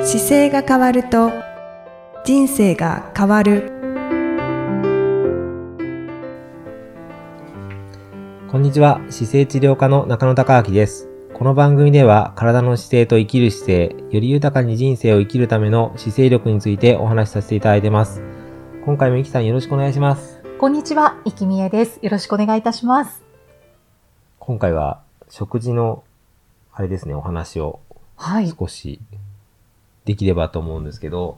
姿勢が変わると人生が変わる。 こんにちは。姿勢治療科の中野孝明です。この番組では体の姿勢と生きる姿勢、より豊かに人生を生きるための姿勢力についてお話しさせていただいてます。今回もいきさんよろしくお願いします。 こんにちは、いきみえです。よろしくお願いいたします。 今回は食事のあれですね、お話を少しできればと思うんですけど、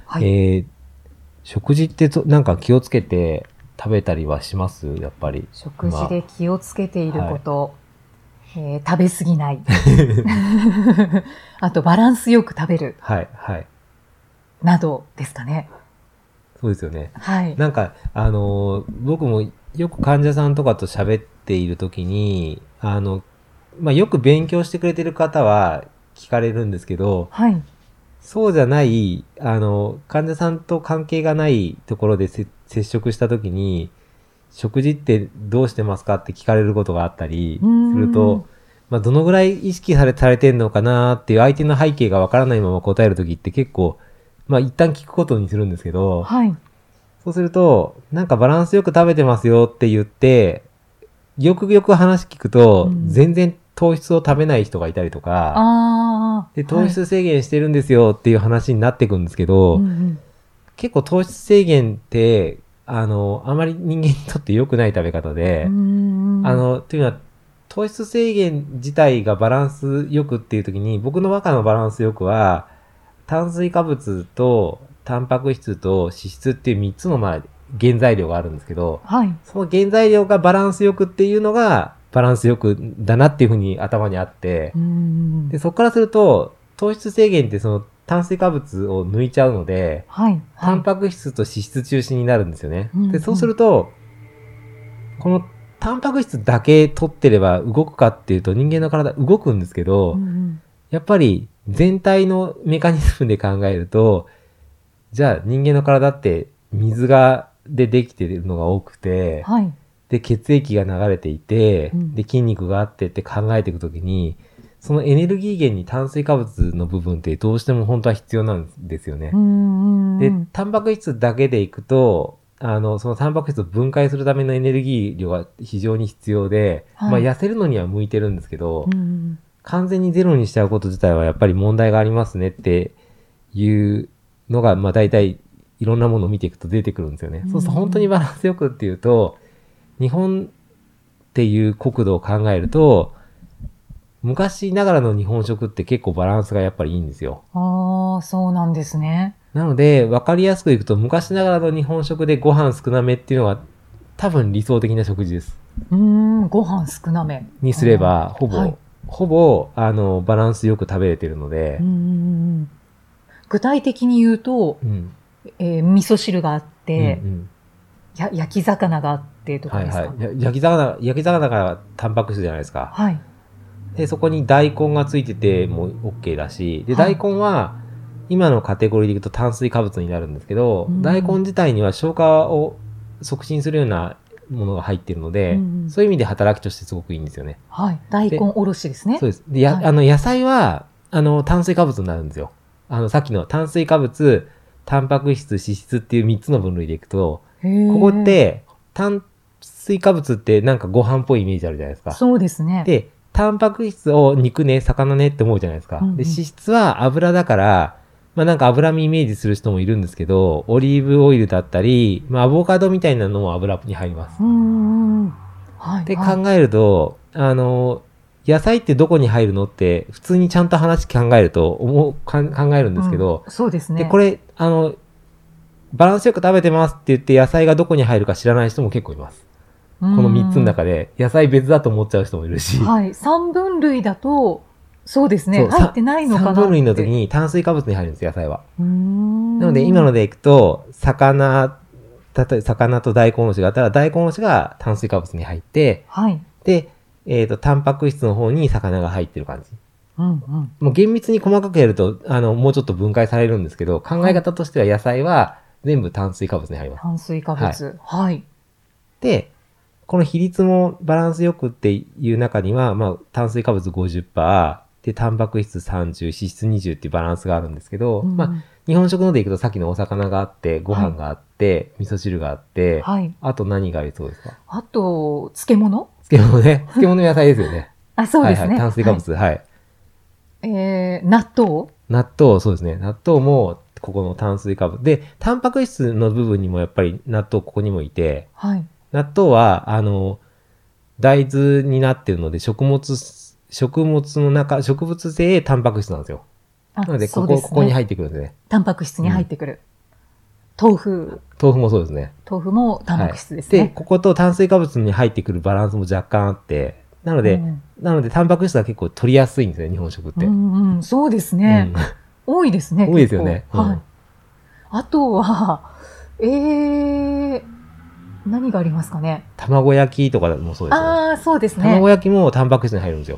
食事ってなんか気をつけて食べたりはします？やっぱり食事で気をつけていること、食べ過ぎないあとバランスよく食べる、などですかね。 そうですよね。 はい。 なんか僕もよく患者さんとかと喋っているときによく勉強してくれてる方は聞かれるんですけど、そうじゃない患者さんと関係がないところで接触したときに、食事ってどうしてますかって聞かれることがあったりすると、どのぐらい意識されてんのかなっていう相手の背景がわからないまま答えるときって結構一旦聞くことにするんですけど、そうするとなんかバランスよく食べてますよって言ってよくよく話聞くと、全然糖質を食べない人がいたりとか、で糖質制限してるんですよっていう話になっていくんですけど、結構糖質制限ってあまり人間にとって良くない食べ方で、というのは糖質制限自体がバランスよくっていう時に、僕の中のバランスよくは炭水化物とタンパク質と脂質っていう3つの原材料があるんですけど、その原材料がバランスよくっていうのがバランスよくだなっていうふうに頭にあって、でそこからすると糖質制限ってその炭水化物を抜いちゃうので、タンパク質と脂質中心になるんですよね。でそうするとこのタンパク質だけ取ってれば動くかっていうと、人間の体動くんですけど、やっぱり全体のメカニズムで考えると、じゃあ人間の体って水でできているのが多くて、で血液が流れていて、で筋肉があってって考えていくときに、そのエネルギー源に炭水化物の部分ってどうしても本当は必要なんですよね。でタンパク質だけでいくとそのタンパク質を分解するためのエネルギー量が非常に必要で、痩せるのには向いてるんですけど、完全にゼロにしちゃうこと自体はやっぱり問題がありますねっていうのが、大体いろんなものを見ていくと出てくるんですよね。そうすると本当にバランスよくっていうと、日本っていう国土を考えると、昔ながらの日本食って結構バランスがやっぱりいいんですよ。 そうなんですね。 なので、わかりやすくいくと、昔ながらの日本食でご飯少なめっていうのが多分理想的な食事です。 ご飯少なめにすれば、ほぼバランスよく食べれてるので。 具体的に言うと、味噌汁があって、焼き魚があってとかですか？ 焼き魚がタンパク質じゃないですか。でそこに大根がついてても OK だし、で大根は今のカテゴリーでいくと炭水化物になるんですけど、大根自体には消化を促進するようなものが入っているので、そういう意味で働きとしてすごくいいんですよね。 大根おろしですね。 そうです。で野菜は炭水化物になるんですよ。さっきの炭水化物、タンパク質、脂質っていう3つの分類でいくと、ここって炭水化物ってなんかご飯っぽいイメージあるじゃないですか。 そうですね。 でタンパク質を肉ね、魚ねって思うじゃないですか。で脂質は油だから、なんか脂身イメージする人もいるんですけど、オリーブオイルだったり、アボカドみたいなのも油に入ります。って考えると、野菜ってどこに入るのって普通にちゃんと話考えると考えるんですけど、 そうですね。 でこれバランスよく食べてますって言って野菜がどこに入るか知らない人も結構います。この3つの中で野菜別だと思っちゃう人もいるし、 3分類だとそうですね、入ってないのかなって。 3分類の時に炭水化物に入るんです、野菜は。なので今のでいくと魚と大根おろしがあったら、大根おろしが炭水化物に入って、でタンパク質の方に魚が入ってる感じ。もう厳密に細かくやるともうちょっと分解されるんですけど、考え方としては野菜は全部炭水化物に入ります。 炭水化物。 でこの比率もバランスよくっていう中には、炭水化物 50%、 で、タンパク質30、脂質20っていうバランスがあるんですけど、まあ、日本食のでいくとさっきのお魚があって、ご飯があって、味噌汁があって、あと何がありそうですか？ あと、漬物？ 漬物ね。漬物野菜ですよね。 あ、そうですね。 炭水化物、はい。 納豆？ 納豆、そうですね。納豆も、ここの炭水化物。で、タンパク質の部分にもやっぱり納豆ここにもいて、納豆は、大豆になってるので、植物の中、植物性タンパク質なんですよ。なので、ここに入ってくるんですね。 タンパク質に入ってくる。豆腐もそうですね。 豆腐もタンパク質ですね。 で、ここと炭水化物に入ってくるバランスも若干あって、なので、タンパク質は結構取りやすいんですね、日本食って。 そうですね。多いですね。 多いですよね。 はい。あとは、何がありますかね。 卵焼きとかもそうですよね。 ああ、そうですね。 卵焼きもタンパク質に入るんですよ。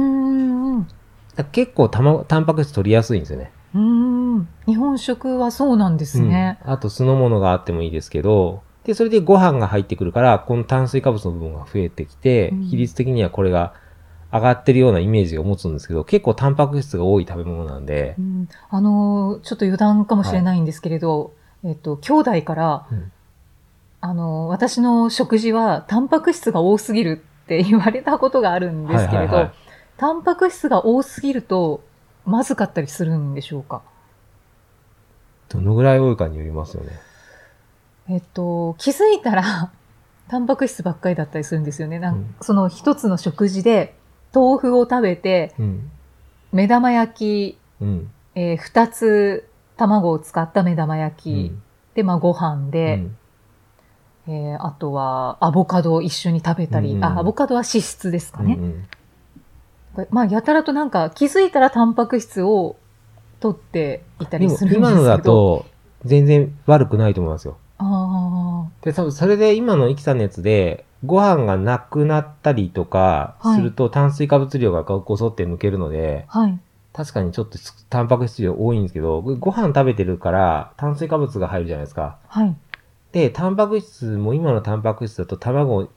結構タンパク質取りやすいんですよね。 日本食はそうなんですね。 あと酢の物があってもいいですけど、で、それでご飯が入ってくるから、この炭水化物の部分が増えてきて、比率的にはこれが上がってるようなイメージを持つんですけど、結構タンパク質が多い食べ物なんで。 ちょっと余談かもしれないんですけれど、兄弟から、私の食事はタンパク質が多すぎるって言われたことがあるんですけれど、タンパク質が多すぎるとまずかったりするんでしょうか？ どのぐらい多いかによりますよね。 気づいたらタンパク質ばっかりだったりするんですよね。その一つの食事で豆腐を食べて、目玉焼き、2つ卵を使った目玉焼き、で、ご飯で、あとはアボカドを一緒に食べたり、アボカドは脂質ですかね。やたらと気づいたらタンパク質を取っていたりするんですけど。 今のだと全然悪くないと思いますよ。で、多分それで今のイキさんのやつで、ご飯がなくなったりとかすると、炭水化物量がごそって抜けるので、確かにちょっとタンパク質量多いんですけど、ご飯食べてるから炭水化物が入るじゃないですか。で、タンパク質も今のタンパク質だと卵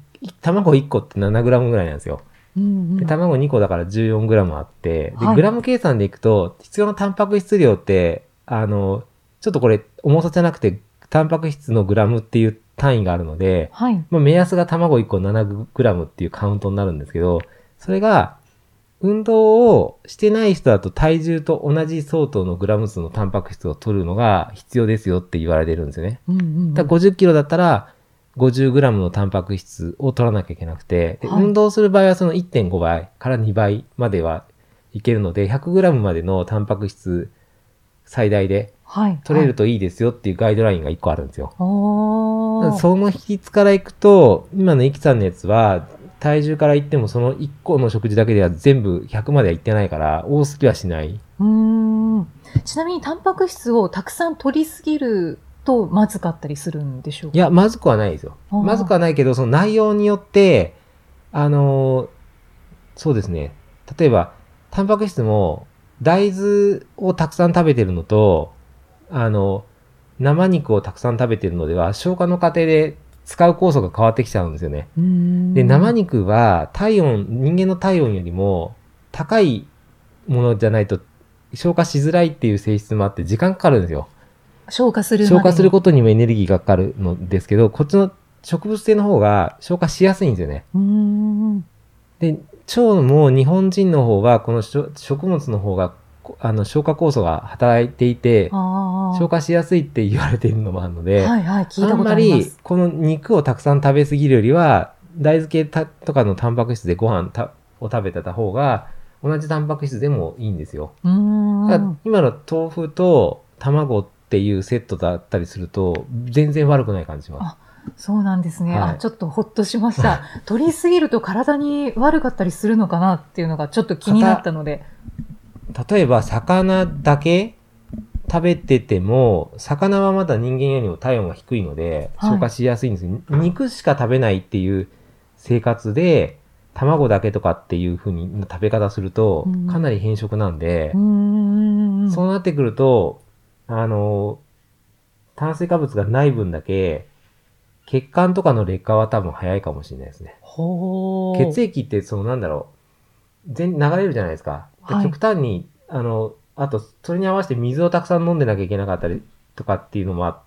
1個って 7g ぐらいなんですよ。で卵2個だから 14g あって、で、グラム計算でいくと、必要なタンパク質量って、ちょっとこれ重さじゃなくて、タンパク質のグラムっていう単位があるので、目安が卵1個 7g っていうカウントになるんですけど、それが、運動をしてない人だと体重と同じ相当のグラム数のタンパク質を取るのが必要ですよって言われてるんですよね。だから50キロだったら 50g のタンパク質を取らなきゃいけなくて、で運動する場合はその 1.5 倍から2倍まではいけるので、100g までのタンパク質最大で取れるといいですよっていうガイドラインが1個あるんですよ。その比率からいくと、今のイキさんのやつは、体重から言ってもその1個の食事だけでは全部100まではいってないから多すぎはしない。 ちなみにタンパク質をたくさん取りすぎるとまずかったりするんでしょうか？ いや、まずくはないですよ。まずくはないけど、その内容によって、そうですね。例えば、タンパク質も大豆をたくさん食べてるのと、生肉をたくさん食べてるのでは消化の過程で使う酵素が変わってきちゃうんですよね。で、生肉は人間の体温よりも高いものじゃないと消化しづらいっていう性質もあって時間かかるんですよ。 消化することにもエネルギーがかかるのですけど、こっちの植物性の方が消化しやすいんですよね。で、腸も日本人の方がこの食物の方が消化酵素が働いていて、消化しやすいって言われているのもあるので、 聞いたことあります。 あんまりこの肉をたくさん食べ過ぎるよりは、大豆系とかのタンパク質でご飯を食べてた方が、同じタンパク質でもいいんですよ。今の豆腐と卵っていうセットだったりすると、全然悪くない感じします。 そうなんですね。ちょっとほっとしました。取りすぎると体に悪かったりするのかなっていうのがちょっと気になったので。 例えば魚だけ食べてても、魚はまだ人間よりも体温が低いので消化しやすいんですけど、肉しか食べないっていう生活で卵だけとかっていう風に食べ方するとかなり偏食なんで、そうなってくると炭水化物がない分だけ血管とかの劣化は多分早いかもしれないですね。血液って流れるじゃないですか。はい、極端に、あと、それに合わせて水をたくさん飲んでなきゃいけなかったりとかっていうのもあって、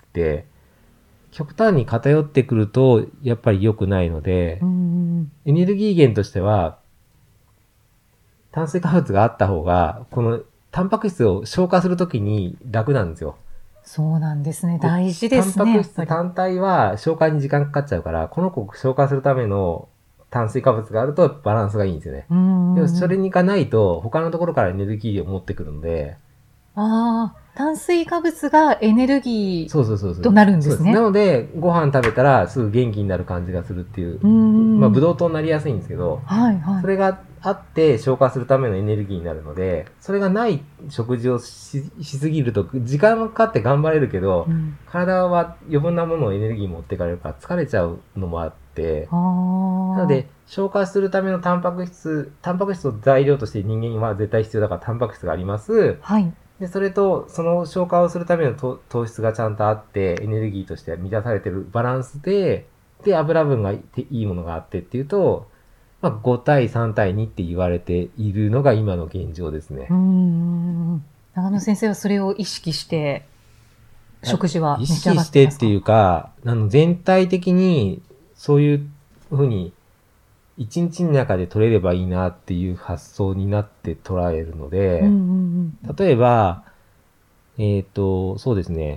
極端に偏ってくると、やっぱり良くないので、エネルギー源としては、炭水化物があった方が、このタンパク質を消化するときに楽なんですよ。 そうなんですね。大事ですね。 タンパク質単体は消化に時間かかっちゃうから、この子を消化するための炭水化物があるとバランスがいいんですよね。でもそれに行かないと他のところからエネルギーを持ってくるので。 ああ、炭水化物がエネルギーとなるんですね。 なので、ご飯食べたらすぐ元気になる感じがするっていう。まあ、ブドウ糖になりやすいんですけど、 はいはい、 それがあって消化するためのエネルギーになるので、それがない食事をしすぎると、時間がかかって頑張れるけど、体は余分なものをエネルギー持ってかれるから疲れちゃうのもあって、なので、消化するためのタンパク質を材料として人間には絶対必要だからタンパク質があります。 はい。 で、それと、その消化をするための糖質がちゃんとあって、エネルギーとして満たされてるバランスで、油分がいいものがあってっていうと、まあ、5対3対2って言われているのが今の現状ですね。 長野先生はそれを意識して、食事は召し上がってますか？ 意識してっていうか、全体的にそういうふうに、一日の中で取れればいいなっていう発想になって捉えるので、例えば、そうですね。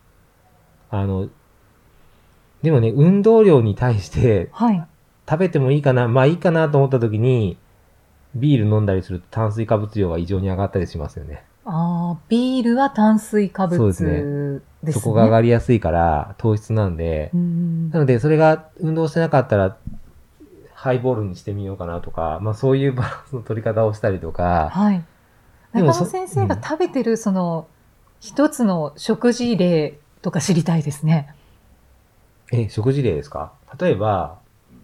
でもね、運動量に対して、食べてもいいかな、まあいいかなと思った時に、ビール飲んだりすると炭水化物量が異常に上がったりしますよね。 ああ、ビールは炭水化物ですね。 そこが上がりやすいから糖質なんで、なのでそれが運動してなかったら、ハイボールにしてみようかなとか、まあそういうバランスの取り方をしたりとか。 はい。中野先生が食べてるその一つの食事例とか知りたいですね。 食事例ですか？例えば、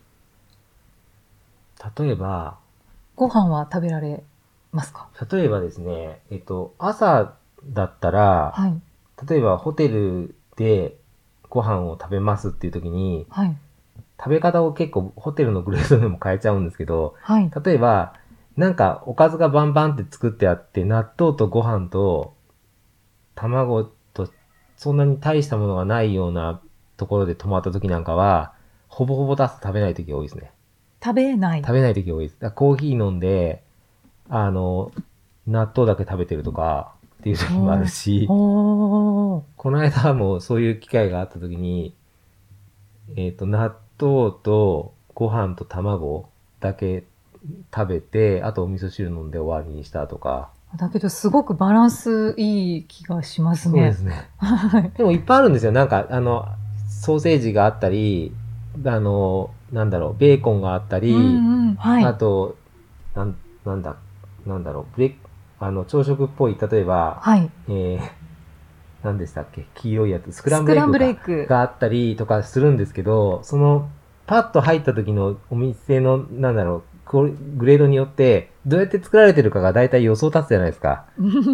ご飯は食べられますか？ 例えばですね、朝だったら、例えばホテルでご飯を食べますっていう時に、食べ方を結構ホテルのグレードでも変えちゃうんですけど、例えば、なんかおかずがバンバンって作ってあって、納豆とご飯と卵とそんなに大したものがないようなところで泊まった時なんかは、ほぼほぼ食べない時が多いですね。 食べない時が多いです。コーヒー飲んで、納豆だけ食べてるとかっていう時もあるし、この間もそういう機会があった時に、納豆とご飯と卵だけ食べて、あとお味噌汁飲んで終わりにしたとか。 だけどすごくバランスいい気がしますね。 そうですね。でもいっぱいあるんですよ。なんか、ソーセージがあったり、なんだろう、ベーコンがあったり、あと、なんだろう、朝食っぽい、例えば、何でしたっけ、黄色いやつ、スクランブルエッグがあったりとかするんですけど、その、パッと入った時のお店の、グレードによって、どうやって作られてるかが大体予想立つじゃないですか。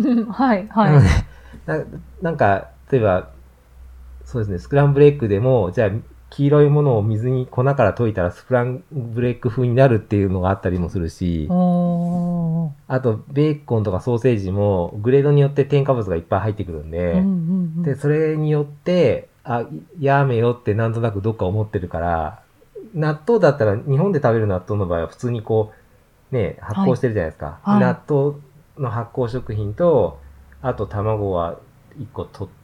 なんか、例えば、そうですね、スクランブルエッグでも、じゃあ、黄色いものを水に粉から溶いたらスクランブルエッグ風になるっていうのがあったりもするし、あと、ベーコンとかソーセージも、グレードによって添加物がいっぱい入ってくるんで、で、それによって、やめよってなんとなくどっか思ってるから、納豆だったら、日本で食べる納豆の場合は普通にこう、ね、発酵してるじゃないですか。納豆の発酵食品と、あと卵は1個取って、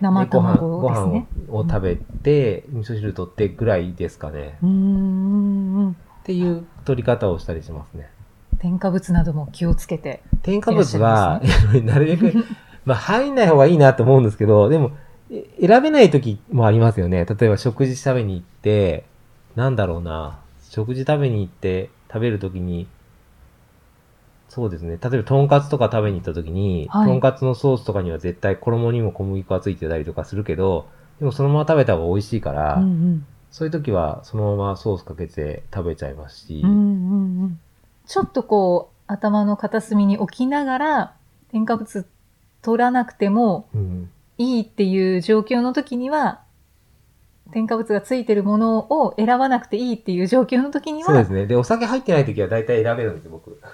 生卵ご飯を食べて、味噌汁取ってぐらいですかね。っていう取り方をしたりしますね。 添加物なども気をつけて、 添加物は、なるべく、まあ入んない方がいいなと思うんですけど、でも、選べない時もありますよね。例えば食事食べに行って、食事食べに行って食べる時に、そうですね。例えば、とんかつとか食べに行った時に、とんかつのソースとかには絶対衣にも小麦粉がついてたりとかするけど、でもそのまま食べた方が美味しいから、そういう時はそのままソースかけて食べちゃいますし。 ちょっとこう、頭の片隅に置きながら、添加物取らなくてもいいっていう状況の時には、添加物がついてるものを選ばなくていいっていう状況の時には。 そうですね。で、お酒入ってない時は大体選べるんですよ、僕。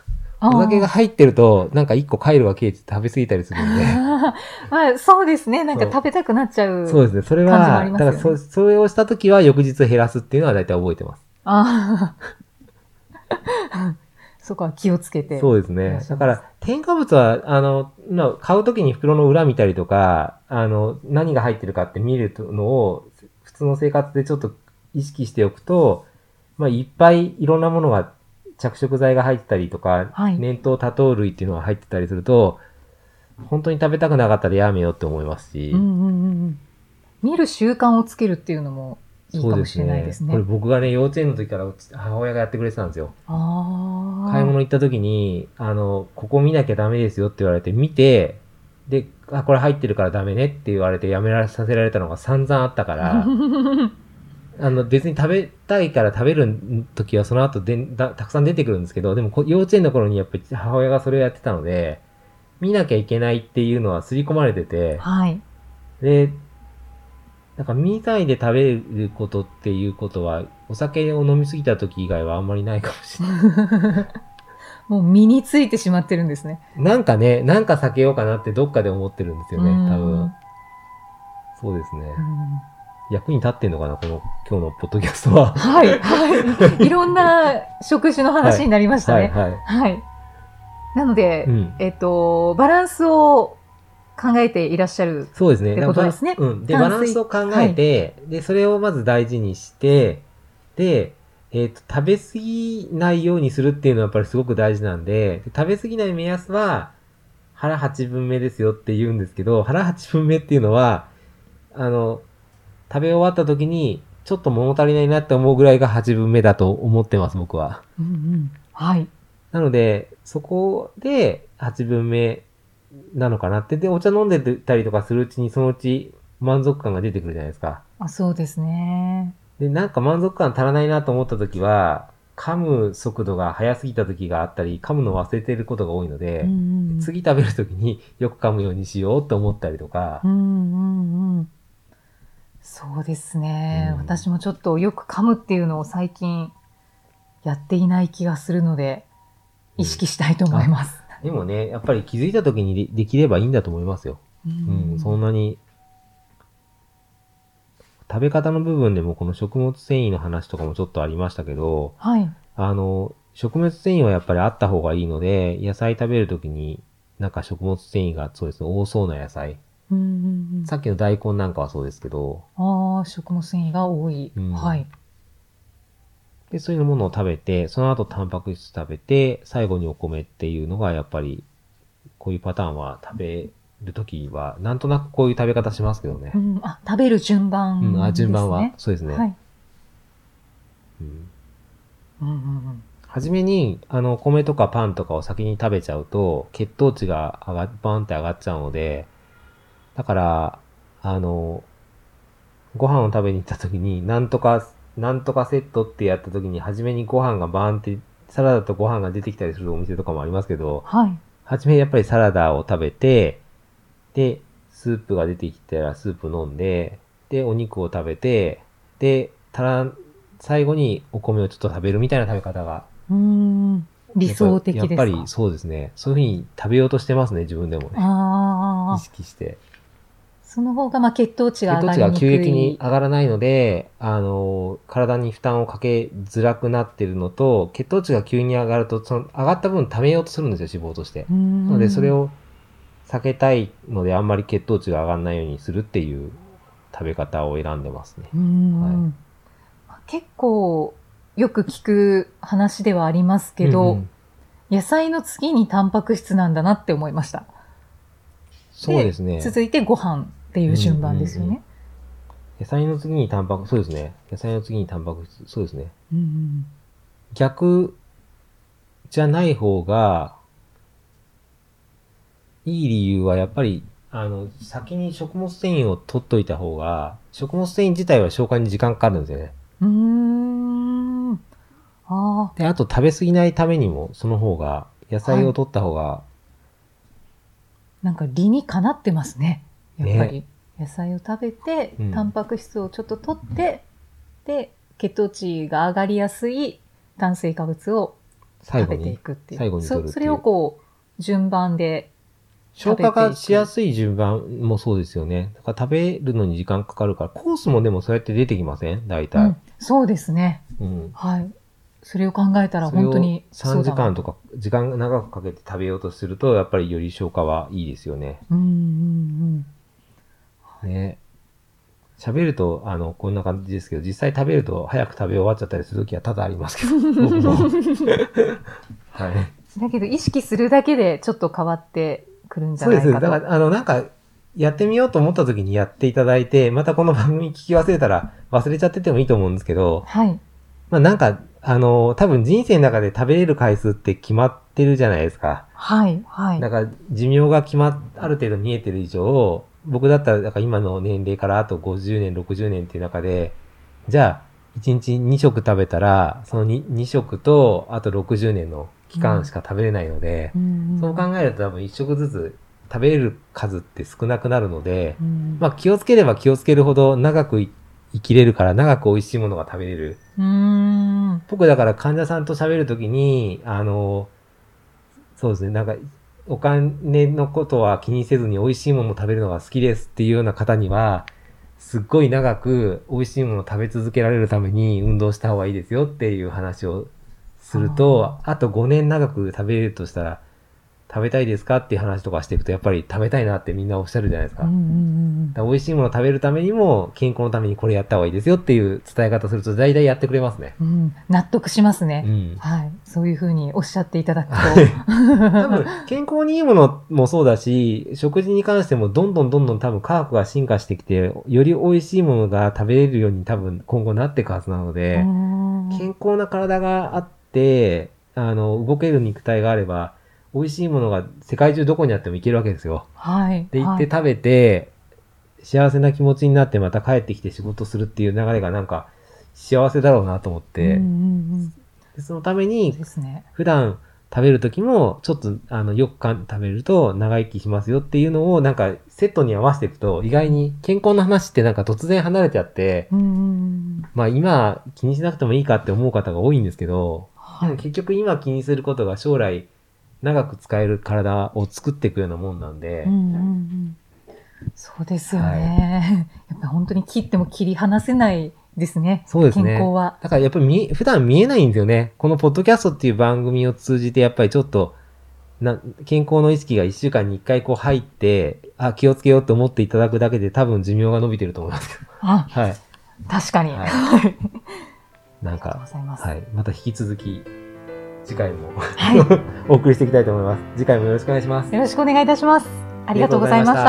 お酒が入ってると、なんか一個回路が消えて食べ過ぎたりするんで。 まあ、そうですね。なんか食べたくなっちゃう。 そうですね。それは、だからそれをしたときは翌日減らすっていうのは大体覚えてます。 ああ。そこは気をつけて。 そうですね。だから、添加物は、買うときに袋の裏見たりとか、何が入ってるかって見るのを、普通の生活でちょっと意識しておくと、まあ、いっぱいいろんなものが、着色剤が入ってたりとか、粘糖多糖類っていうのが入ってたりすると、本当に食べたくなかったらやめようって思いますし。 見る習慣をつけるっていうのもいいかもしれないですね。 これ僕がね、幼稚園の時から母親がやってくれてたんですよ。買い物行った時に、ここ見なきゃダメですよって言われて、見て、で、これ入ってるからダメねって言われてやめさせられたのが散々あったから、別に食べたいから食べる時はその後たくさん出てくるんですけど、でも幼稚園の頃にやっぱり母親がそれをやってたので、見なきゃいけないっていうのは刷り込まれてて、で、なんか見ないで食べることっていうことは、お酒を飲みすぎた時以外はあんまりないかもしれない。 もう身についてしまってるんですね。 なんか避けようかなってどっかで思ってるんですよね、多分。そうですね。役に立ってんのかな、今日のポッドキャストは。 はい。いろんな食事の話になりましたね。はい。なので、バランスを考えていらっしゃるそうですね。 ってことですね。 で、バランスを考えて、で、それをまず大事にして、で、食べ過ぎないようにするっていうのはやっぱりすごく大事なんで、食べ過ぎない目安は腹8分目ですよって言うんですけど、腹8分目っていうのは、食べ終わった時に、ちょっと物足りないなって思うぐらいが8分目だと思ってます、僕は。 はい。 なので、そこで8分目なのかなって。で、お茶飲んでたりとかするうちに、そのうち満足感が出てくるじゃないですか。 そうですね。 で、なんか満足感足らないなと思った時は、噛む速度が速すぎた時があったり、噛むのを忘れていることが多いので、次食べる時によく噛むようにしようと思ったりとか。 そうですね、私もちょっとよく噛むっていうのを最近やっていない気がするので、意識したいと思います。 でもね、やっぱり気づいた時に できればいいんだと思いますよ。そんなに。食べ方の部分でもこの食物繊維の話とかもちょっとありましたけど、食物繊維はやっぱりあった方がいいので、野菜食べるときになんか食物繊維がそうですね、多そうな野菜。さっきの大根なんかはそうですけど。 食物繊維が多い。はい。 で、そういうものを食べて、その後タンパク質食べて、最後にお米っていうのがやっぱり、こういうパターンは食べるときは、なんとなくこういう食べ方しますけどね。 食べる順番ですね。 順番は、そうですね。はい。はじめに、米とかパンとかを先に食べちゃうと、血糖値がバーンって上がっちゃうので、だから、ご飯を食べに行った時に、なんとかセットってやった時に、はじめにご飯がバーンって、サラダとご飯が出てきたりするお店とかもありますけど、はじめやっぱりサラダを食べて、で、スープが出てきたらスープ飲んで、で、お肉を食べて、で、最後にお米をちょっと食べるみたいな食べ方が。 理想的ですか？ やっぱりそうですね。そういうふうに食べようとしてますね、自分でもね。意識して。 その方が血糖値が上がりにくい。 血糖値が急激に上がらないので、体に負担をかけづらくなってるのと、血糖値が急に上がると、その上がった分貯めようとするんですよ、脂肪として。なので、それを避けたいので、あんまり血糖値が上がらないようにするっていう食べ方を選んでますね。 結構よく聞く話ではありますけど、野菜の次にタンパク質なんだなって思いました。 そうですね。 続いてご飯っていう順番ですよね。 野菜の次にタンパク質、そうですね。野菜の次にタンパク質、そうですね。逆じゃない方が、いい理由はやっぱり、先に食物繊維を取っといた方が、食物繊維自体は消化に時間かかるんですよね。で、あと食べ過ぎないためにも、その方が、野菜を取った方が、 なんか理にかなってますね。やっぱり。野菜を食べて、タンパク質をちょっと取って、で、血糖値が上がりやすい炭水化物を食べていくっていう。 最後に取るっていう。 それをこう、順番で消化がしやすい順番もそうですよね。だから食べるのに時間かかるから、コースもでもそうやって出てきません？大体、 そうですね。はい。それを考えたら本当に 3時間とか時間長くかけて食べようとすると、やっぱりより消化はいいですよね。ね。喋ると、こんな感じですけど、実際食べると早く食べ終わっちゃったりするときは多々ありますけど、僕も。はい。 だけど意識するだけでちょっと変わってくるんじゃないかと。 そうです。だから、なんか、やってみようと思った時にやっていただいて、またこの番組聞き忘れたら忘れちゃっててもいいと思うんですけど、 はい。 まあなんか、多分人生の中で食べれる回数って決まってるじゃないですか。 はい、はい。 だから寿命がある程度見えてる以上、僕だったら、だから今の年齢からあと50年、60年っていう中で、じゃあ、1日2食食べたら、その 2食と、あと60年の期間しか食べれないので、そう考えると多分1食ずつ食べれる数って少なくなるので、まあ気をつければ気をつけるほど長く生きれるから長く美味しいものが食べれる。僕だから患者さんと喋るときに、そうですね、なんか、お金のことは気にせずに美味しいものを食べるのが好きですっていうような方には、すっごい長く美味しいものを食べ続けられるために運動した方がいいですよっていう話をすると、あと5年長く食べれるとしたら、食べたいですかっていう話とかしていくと、やっぱり食べたいなってみんなおっしゃるじゃないですか。美味しいものを食べるためにも、健康のためにこれやった方がいいですよっていう伝え方すると、大体やってくれますね。 納得しますね。はい。そういうふうにおっしゃっていただくと。 多分、健康にいいものもそうだし、食事に関してもどんどん多分科学が進化してきて、より美味しいものが食べれるように多分今後なっていくはずなので、健康な体があって、動ける肉体があれば、美味しいものが世界中どこにあってもいけるわけですよ。 はい。 で、行って食べて、幸せな気持ちになってまた帰ってきて仕事するっていう流れがなんか幸せだろうなと思って、でそのために、普段食べる時もちょっとよく食べると長生きしますよっていうのをなんかセットに合わせていくと意外に健康の話ってなんか突然離れちゃって、まあ今気にしなくてもいいかって思う方が多いんですけど、でも結局今気にすることが将来長く使える体を作っていくようなもんなんで。 そうですよね。やっぱり本当に切っても切り離せないですね。 そうですね。 健康は。 だからやっぱり普段見えないんですよね。このポッドキャストっていう番組を通じてやっぱりちょっと健康の意識が1週間に1回こう入って、気をつけようと思っていただくだけで多分寿命が伸びてると思いますけど。はい。 確かに。はい。 なんか、はい。また引き続き、次回も、 はい、 お送りしていきたいと思います。次回もよろしくお願いします。 よろしくお願いいたします。ありがとうございました。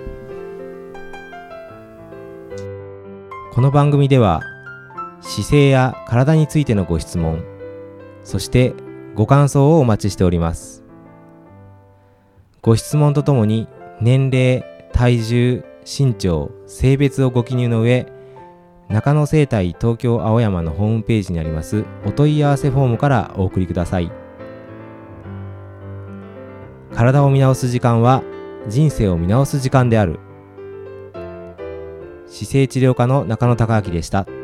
この番組では、姿勢や体についてのご質問、そしてご感想をお待ちしております。ご質問とともに、年齢、体重、身長、性別をご記入の上、中野生態東京青山のホームページにありますお問い合わせフォームからお送りください。体を見直す時間は人生を見直す時間である。姿勢治療科の中野孝明でした。